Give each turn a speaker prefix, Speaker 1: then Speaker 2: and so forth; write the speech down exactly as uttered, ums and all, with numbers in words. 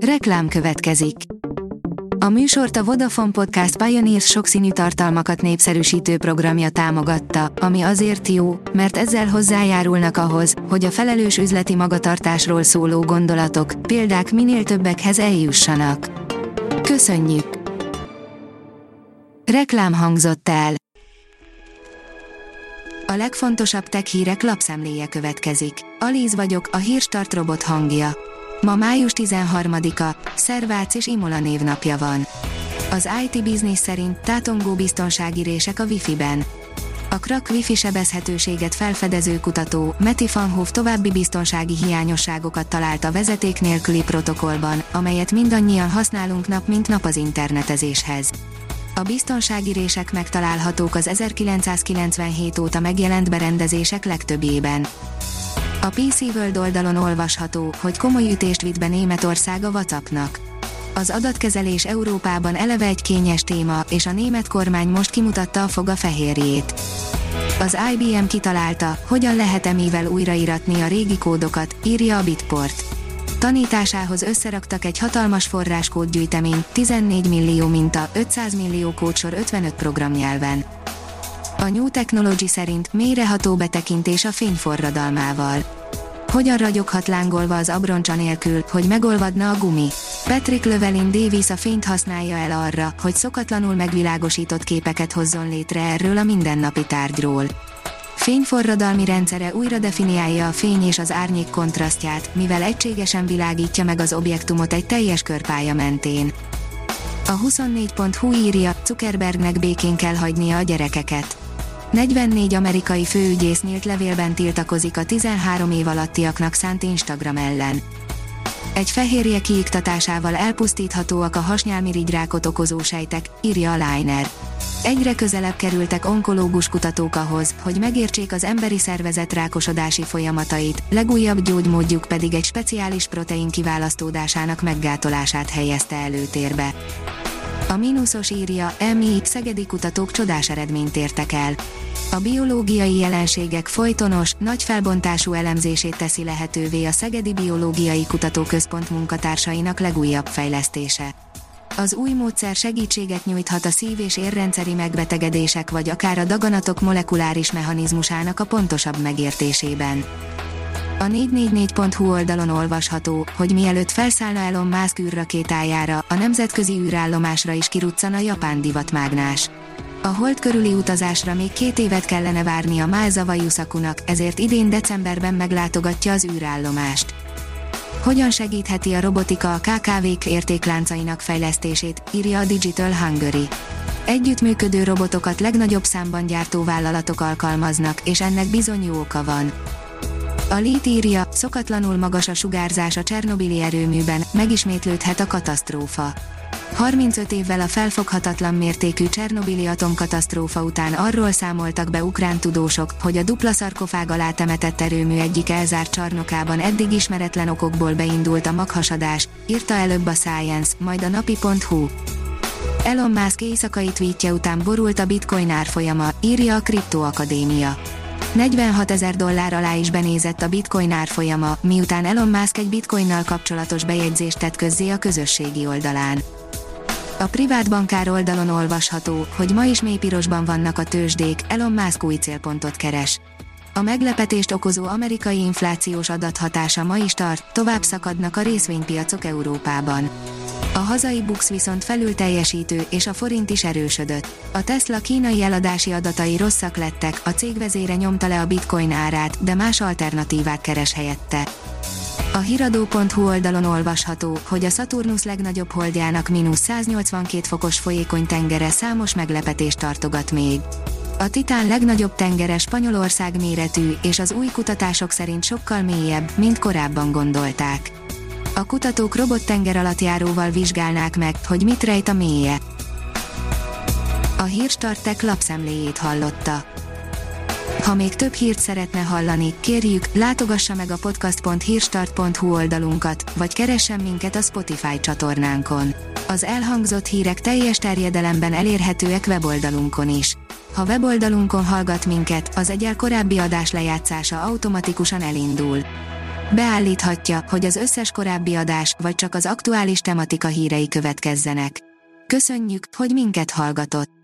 Speaker 1: Reklám következik. A műsort a Vodafone Podcast Pioneers sokszínű tartalmakat népszerűsítő programja támogatta, ami azért jó, mert ezzel hozzájárulnak ahhoz, hogy a felelős üzleti magatartásról szóló gondolatok, példák minél többekhez eljussanak. Köszönjük! Reklám hangzott el. A legfontosabb tech hírek lapszemléje következik. Alíz vagyok, a Hírstart robot hangja. Ma május tizenharmadika, Szervác és Imola névnapja van. Az i té Business szerint tátongó biztonsági rések a Wi-Fi-ben. A Crack Wi-Fi sebezhetőséget felfedező kutató, Meti van Hoof további biztonsági hiányosságokat talált a vezeték nélküli protokollban, amelyet mindannyian használunk nap mint nap az internetezéshez. A biztonsági rések megtalálhatók az ezerkilencszázkilencvenhét óta megjelent berendezések legtöbbjében. A pé cé World oldalon olvasható, hogy komoly ütést vitt be Németország a WhatsAppnak. Az adatkezelés Európában eleve egy kényes téma, és a német kormány most kimutatta a foga fehérjét. Az i bé em kitalálta, hogyan lehet emivel újraíratni a régi kódokat, írja a Bitport. Tanításához összeraktak egy hatalmas forráskódgyűjteményt, tizennégy millió minta, ötszáz millió kódsor ötvenöt programnyelven. A New Technology szerint mélyreható betekintés a fény forradalmával. Hogyan ragyoghat lángolva az abroncsa nélkül, hogy megolvadna a gumi? Patrick Llewellyn Davis a fényt használja el arra, hogy szokatlanul megvilágosított képeket hozzon létre erről a mindennapi tárgyról. Fényforradalmi rendszere újra definiálja a fény és az árnyék kontrasztját, mivel egységesen világítja meg az objektumot egy teljes körpálya mentén. A huszonnégy pont hu írja, Zuckerbergnek békén kell hagynia a gyerekeket. negyvennégy amerikai főügyész nyílt levélben tiltakozik a tizenhárom év alattiaknak szánt Instagram ellen. Egy fehérje kiiktatásával elpusztíthatóak a hasnyálmirigyrákot okozó sejtek, írja a Liner. Egyre közelebb kerültek onkológus kutatók ahhoz, hogy megértsék az emberi szervezet rákosodási folyamatait, legújabb gyógymódjuk pedig egy speciális protein kiválasztódásának meggátolását helyezte előtérbe. A mínuszos írja, em i i szegedi kutatók csodás eredményt értek el. A biológiai jelenségek folytonos, nagy felbontású elemzését teszi lehetővé a Szegedi Biológiai Kutatóközpont munkatársainak legújabb fejlesztése. Az új módszer segítséget nyújthat a szív- és érrendszeri megbetegedések vagy akár a daganatok molekuláris mechanizmusának a pontosabb megértésében. A négy négy négy pont hu oldalon olvasható, hogy mielőtt felszállna Elon Musk űrrakétájára, a nemzetközi űrállomásra is kiruccan a japán divatmágnás. A hold körüli utazásra még két évet kellene várni a Maezawa Yusakunak, ezért idén decemberben meglátogatja az űrállomást. Hogyan segítheti a robotika a ká ká vék értékláncainak fejlesztését, írja a Digital Hungary. Együttműködő robotokat legnagyobb számban gyártó vállalatok alkalmaznak, és ennek bizony jó oka van. A Lét írja, szokatlanul magas a sugárzás a csernobili erőműben, megismétlődhet a katasztrófa. harmincöt évvel a felfoghatatlan mértékű csernobili atomkatasztrófa után arról számoltak be ukrán tudósok, hogy a dupla szarkofág alá temetett erőmű egyik elzárt csarnokában eddig ismeretlen okokból beindult a maghasadás, írta előbb a Science, majd a napi pont hu. Elon Musk éjszakai tweetje után borult a bitcoin árfolyama, írja a Kriptoakadémia. negyvenhatezer dollár alá is benézett a bitcoin árfolyama, miután Elon Musk egy bitcoinnal kapcsolatos bejegyzést tett közzé a közösségi oldalán. A privát bankár oldalon olvasható, hogy ma is mélypirosban vannak a tőzsdék, Elon Musk új célpontot keres. A meglepetést okozó amerikai inflációs adat hatása ma is tart, tovább szakadnak a részvénypiacok Európában. A hazai buksz viszont felül teljesítő, és a forint is erősödött. A Tesla kínai eladási adatai rosszak lettek, a cég vezére nyomta le a bitcoin árát, de más alternatívák keres helyette. A hiradó pont hu oldalon olvasható, hogy a Szaturnusz legnagyobb holdjának mínusz száznyolcvankét fokos folyékony tengere számos meglepetést tartogat még. A Titán legnagyobb tengere Spanyolország méretű, és az új kutatások szerint sokkal mélyebb, mint korábban gondolták. A kutatók robottengeralattjáróval vizsgálnák meg, hogy mit rejt a mélye. A Hírstart Tech lapszemléjét hallotta. Ha még több hírt szeretne hallani, kérjük, látogassa meg a podcast pont hírstart pont hu oldalunkat, vagy keressen minket a Spotify csatornánkon. Az elhangzott hírek teljes terjedelemben elérhetőek weboldalunkon is. Ha weboldalunkon hallgat minket, az egyel korábbi adás lejátszása automatikusan elindul. Beállíthatja, hogy az összes korábbi adás, vagy csak az aktuális tematika hírei következzenek. Köszönjük, hogy minket hallgatott!